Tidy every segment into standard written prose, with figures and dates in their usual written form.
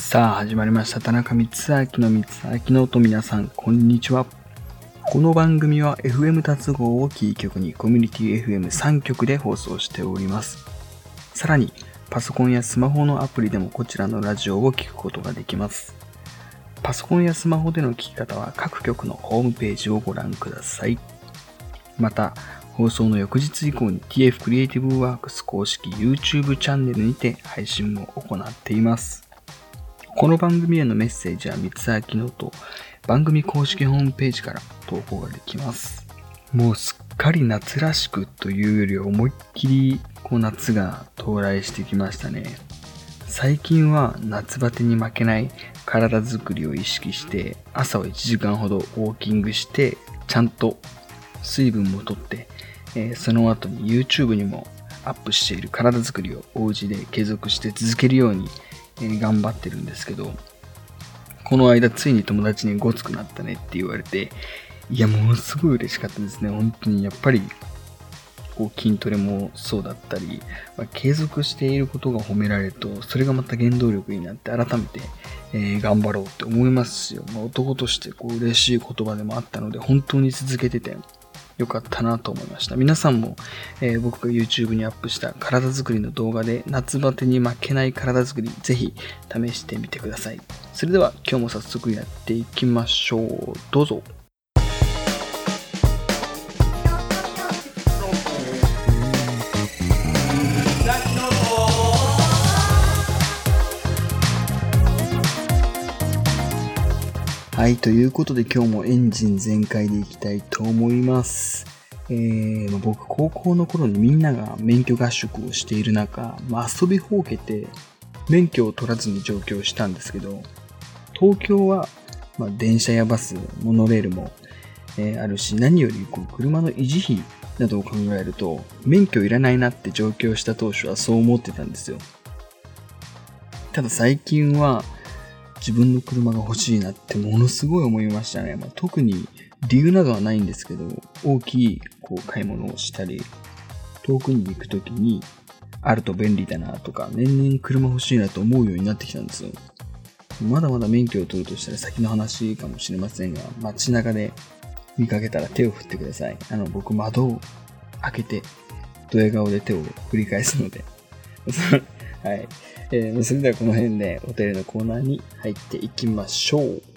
さあ始まりました。田中光明の光明の音。皆さんこんにちは。この番組は FM 達合をキー局にコミュニティ FM3 局で放送しております。さらにパソコンやスマホのアプリでもこちらのラジオを聞くことができます。パソコンやスマホでの聞き方は各局のホームページをご覧ください。また放送の翌日以降に TF クリエイティブワークス公式 YouTube チャンネルにて配信も行っています。この番組へのメッセージは光明のと番組公式ホームページから投稿ができます。もうすっかり夏らしくというよりは思いっきり夏が到来してきましたね。最近は夏バテに負けない体作りを意識して朝は1時間ほどウォーキングしてちゃんと水分もとって、その後に YouTube にもアップしている体作りをお家で継続して続けるように頑張ってるんですけど、この間ついに友達にごつくなったねって言われて、いやものすごい嬉しかったですね。本当にやっぱり筋トレもそうだったり、継続していることが褒められるとそれがまた原動力になって改めて、頑張ろうって思いますし、男として嬉しい言葉でもあったので本当に続けててよかったなと思いました。皆さんも、僕が YouTube にアップした体作りの動画で夏バテに負けない体作りぜひ試してみてください。それでは今日も早速やっていきましょう。どうぞ。はい、ということで今日もエンジン全開でいきたいと思います。僕高校の頃にみんなが免許合宿をしている中、遊びほうけて免許を取らずに上京したんですけど、東京は、電車やバス、モノレールも、あるし、何より車の維持費などを考えると免許いらないなって上京した当初はそう思ってたんですよ。ただ最近は自分の車が欲しいなってものすごい思いましたね。特に理由などはないんですけど、大きい買い物をしたり、遠くに行くときにあると便利だなとか、年々車欲しいなと思うようになってきたんですよ。まだまだ免許を取るとしたら先の話かもしれませんが、街中で見かけたら手を振ってください。僕窓を開けてドヤ顔で手を振り返すのではい。それではこの辺でお便りのコーナーに入っていきましょう。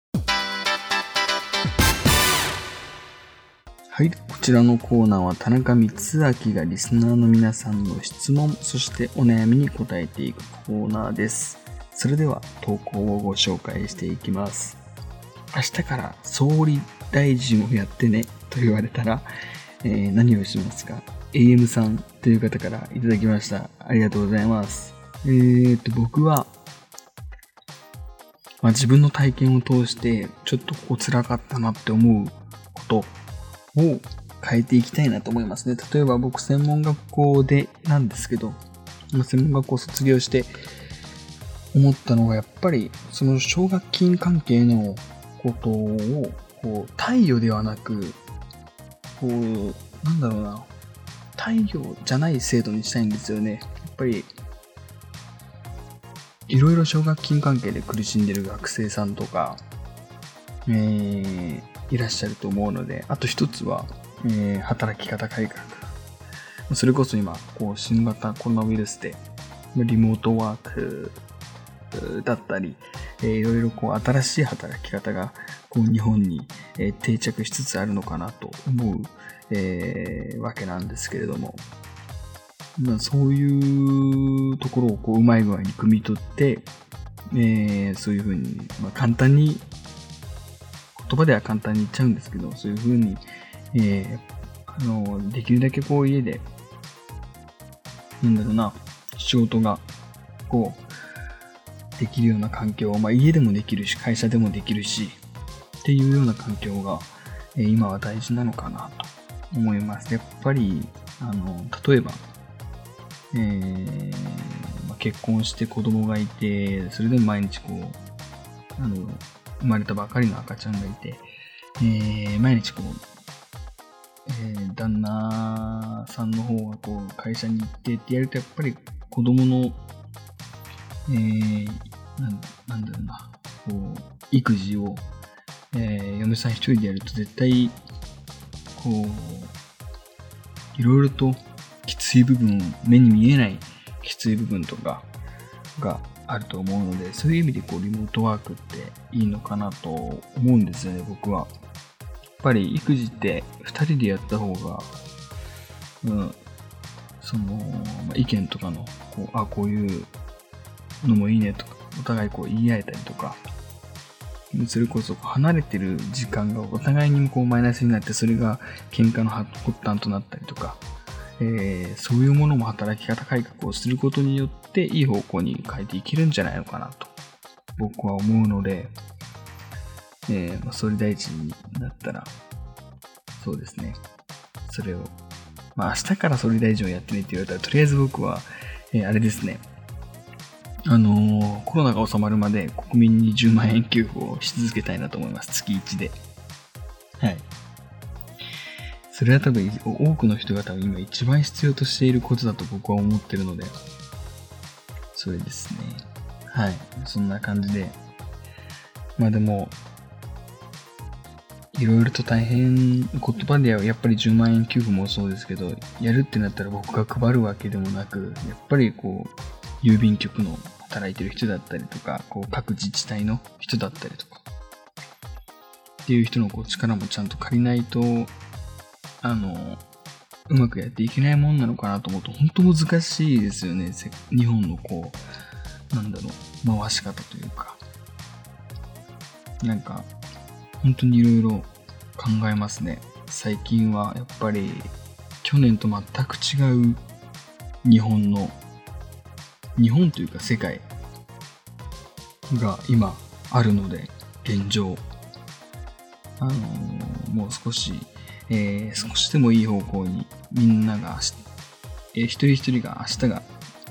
はい。こちらのコーナーは田中光明がリスナーの皆さんの質問、そしてお悩みに答えていくコーナーです。それでは投稿をご紹介していきます。明日から総理大臣をやってねと言われたら、何をしますか？ AM さんという方からいただきました。ありがとうございます。僕は、自分の体験を通してちょっと辛かったなって思うことを変えていきたいなと思いますね。例えば僕専門学校でなんですけど、専門学校を卒業して思ったのがやっぱりその奨学金関係のことを貸与ではなく貸与じゃない制度にしたいんですよね。やっぱりいろいろ奨学金関係で苦しんでる学生さんとか、いらっしゃると思うので、あと一つは、働き方改革。それこそ今新型コロナウイルスでリモートワークだったり、いろいろ新しい働き方が日本に定着しつつあるのかなと思う、わけなんですけれども、そういうところをうまい具合に汲み取って、そういうふうに、簡単に言葉では簡単に言っちゃうんですけど、そういうふうに、できるだけ家で仕事ができるような環境を、家でもできるし会社でもできるしっていうような環境が、今は大事なのかなと思います。やっぱり例えば、結婚して子供がいて、それでも毎日生まれたばかりの赤ちゃんがいて、毎日旦那さんの方が会社に行ってってやると、やっぱり子供のなん育児を、嫁さん一人でやると絶対こういろいろときつい部分、目に見えないきつい部分とかがあると思うので、そういう意味でこうリモートワークっていいのかなと思うんですよね、僕は。やっぱり育児って2人でやった方が、意見とかのこういうのもいいねとか、お互いこう言い合えたりとか、それこそ離れてる時間がお互いにこうマイナスになって、それが喧嘩の発端となったりとか、そういうものも働き方改革をすることによっていい方向に変えていけるんじゃないのかなと僕は思うので、総理大臣になったらそうですね、それを明日から総理大臣をやってねって言われたら、とりあえず僕は、あれですね、コロナが収まるまで国民に10万円給付をし続けたいなと思います。月1で。はい。それは多分多くの人が多分今一番必要としていることだと僕は思ってるので、それですね。はい。そんな感じで。でも、いろいろと大変、言葉ではやっぱり10万円給付もそうですけど、やるってなったら僕が配るわけでもなく、やっぱり郵便局の働いてる人だったりとか、各自治体の人だったりとか、っていう人の力もちゃんと借りないと、うまくやっていけないもんなのかなと思うと、本当難しいですよね。日本の回し方というか。本当にいろいろ考えますね。最近はやっぱり、去年と全く違う日本というか世界が今あるので、現状。もう少しでもいい方向にみんなが、一人一人が明日が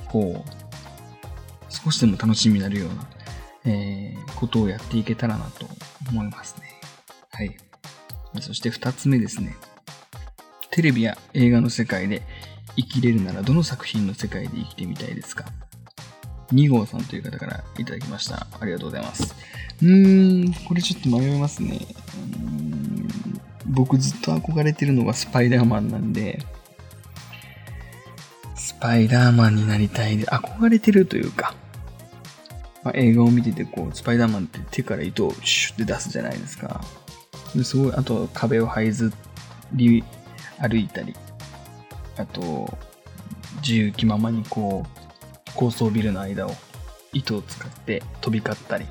少しでも楽しみになるような、ことをやっていけたらなと思いますね。はい。そして2つ目ですね。テレビや映画の世界で生きれるならどの作品の世界で生きてみたいですか？2号さんという方からいただきました。ありがとうございます。これちょっと迷いますね。僕ずっと憧れてるのがスパイダーマンなんで、スパイダーマンになりたいで、憧れてるというか、映画を見ててスパイダーマンって手から糸をシュッて出すじゃないですか。すごい、あと壁を這いずり歩いたり、あと自由気ままに高層ビルの間を糸を使って飛び交ったり。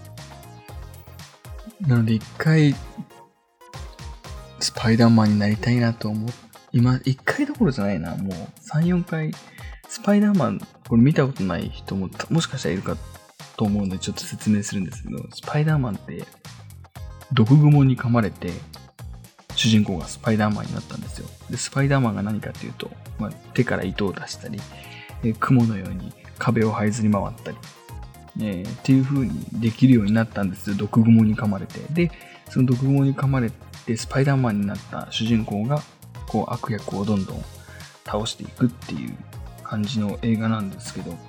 なので一回スパイダーマンになりたいなと思う。今一回どころじゃないな、もう3、4回スパイダーマンこれ見たことない人ももしかしたらいるかと思うのでちょっと説明するんですけど、スパイダーマンって毒蜘蛛に噛まれて主人公がスパイダーマンになったんですよ。でスパイダーマンが何かっていうと、手から糸を出したり、雲のように壁を這いずり回ったり、っていう風にできるようになったんですよ。毒蜘蛛に噛まれて。でその毒蜘蛛に噛まれてスパイダーマンになった主人公が悪役をどんどん倒していくっていう感じの映画なんですけど、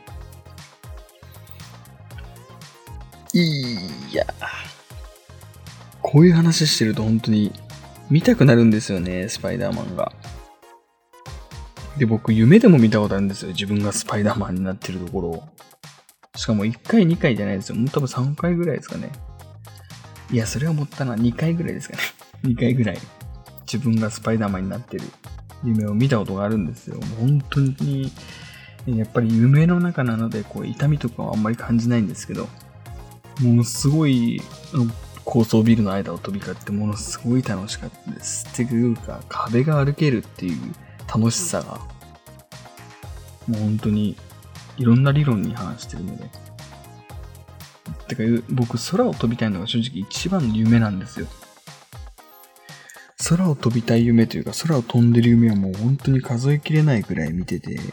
こういう話してると本当に見たくなるんですよね、スパイダーマンが。で、僕夢でも見たことあるんですよ、自分がスパイダーマンになってるところを。しかも1回2回じゃないですよ、もう多分3回ぐらいですかね。いや、それはもったな、2回ぐらいですかね。2回ぐらい自分がスパイダーマンになってる夢を見たことがあるんですよ。もう本当にやっぱり夢の中なので痛みとかはあんまり感じないんですけど、ものすごい高層ビルの間を飛び交ってものすごい楽しかったです。っていうか壁が歩けるっていう楽しさがもう本当にいろんな理論に反してるので、てか僕空を飛びたいのが正直一番の夢なんですよ。空を飛びたい夢というか空を飛んでる夢はもう本当に数えきれないくらい見てて、いや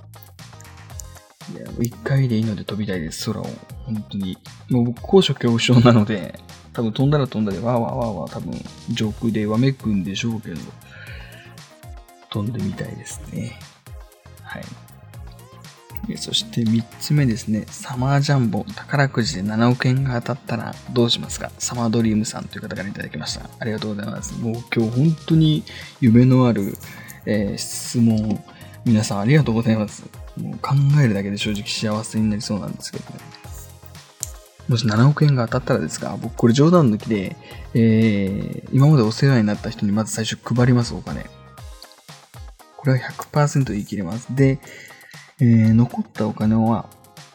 一回でいいので飛びたいです。空を本当にもう僕高所恐怖症なので、多分飛んだら飛んだでわーわーわーわー多分上空でわめくんでしょうけど、飛んでみたいですね。はい。 そして3つ目ですね、サマージャンボ宝くじで7億円が当たったらどうしますか？サマードリームさんという方からいただきました。ありがとうございます。もう今日本当に夢のある、質問、皆さんありがとうございます。もう考えるだけで正直幸せになりそうなんですけどね。もし7億円が当たったらですが、僕これ冗談抜きで、今までお世話になった人にまず最初配ります、お金。これは 100% 言い切れます。で、残ったお金は、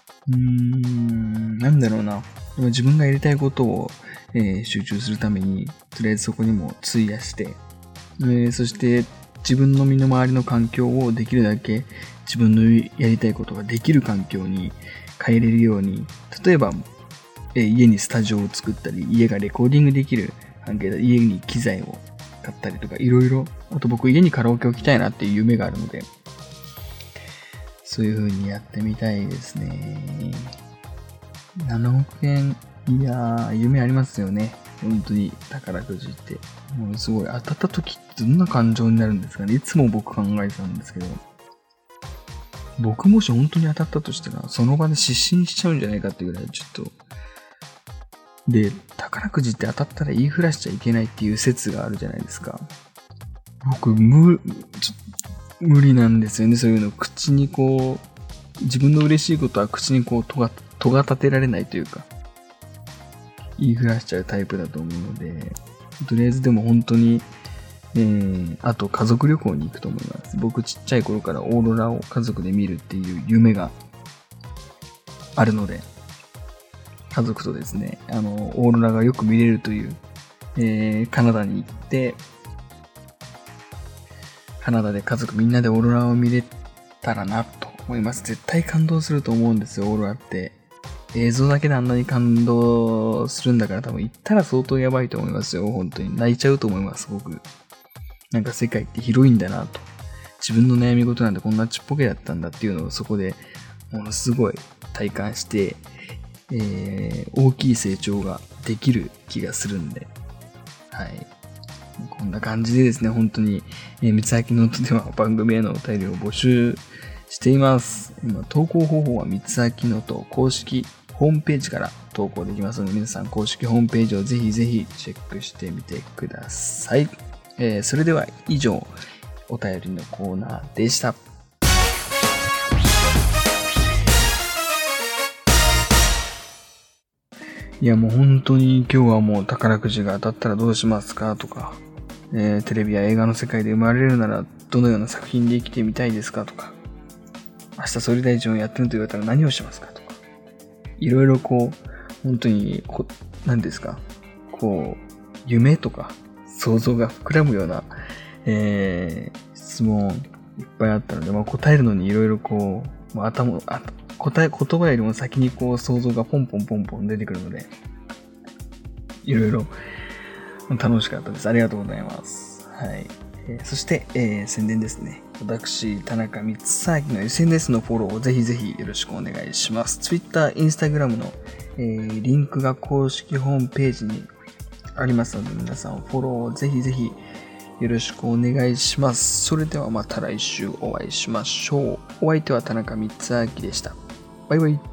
なんだろうな。自分がやりたいことを、集中するために、とりあえずそこにも費やして、そして自分の身の回りの環境をできるだけ自分のやりたいことができる環境に変えれるように、例えば、家にスタジオを作ったり、家がレコーディングできる関係で家に機材を買ったりとか、いろいろ。あと僕家にカラオケ置きたいなっていう夢があるので、そういう風にやってみたいですね。7億円、いやー、夢ありますよね。本当に宝くじって。もうすごい、当たった時ってどんな感情になるんですかね。いつも僕考えてたんですけど。僕もし本当に当たったとしたら、その場で失神しちゃうんじゃないかっていうぐらい、ちょっと。で、宝くじって当たったら言いふらしちゃいけないっていう説があるじゃないですか。僕、無理なんですよね、そういうの。口にこう、自分の嬉しいことは口にこう、戸が立てられないというか、言いふらしちゃうタイプだと思うので、とりあえずでも本当に、あと家族旅行に行くと思います。僕ちっちゃい頃からオーロラを家族で見るっていう夢があるので、家族とですね、オーロラがよく見れるという、カナダに行って、カナダで家族みんなでオーロラを見れたらなと思います。絶対感動すると思うんですよ、オーロラって。映像だけであんなに感動するんだから多分行ったら相当やばいと思いますよ、本当に。泣いちゃうと思います、僕。なんか世界って広いんだなと。自分の悩み事なんてこんなちっぽけだったんだっていうのをそこでものすごい体感して、大きい成長ができる気がするんで。はい。こんな感じでですね、本当に、三つ秋ノートでは番組へのお便りを募集しています。今、投稿方法は三つ秋ノート公式ホームページから投稿できますので、皆さん公式ホームページをぜひぜひチェックしてみてください。それでは以上、お便りのコーナーでした。いやもう本当に今日はもう宝くじが当たったらどうしますかとか、テレビや映画の世界で生まれるならどのような作品で生きてみたいですかとか、明日総理大臣をやってると言われたら何をしますかとか、いろいろこう、本当に何ですか、こう、夢とか想像が膨らむような、質問いっぱいあったので、答えるのにいろいろこう、言葉よりも先にこう想像がポンポン出てくるので、いろいろ楽しかったです。ありがとうございます。はい。そして、宣伝ですね。私、田中光明の SNS のフォローをぜひぜひよろしくお願いします。Twitter、Instagram の、リンクが公式ホームページにありますので、皆さんフォローをぜひぜひよろしくお願いします。それではまた来週お会いしましょう。お相手は田中光明でした。バイバイ。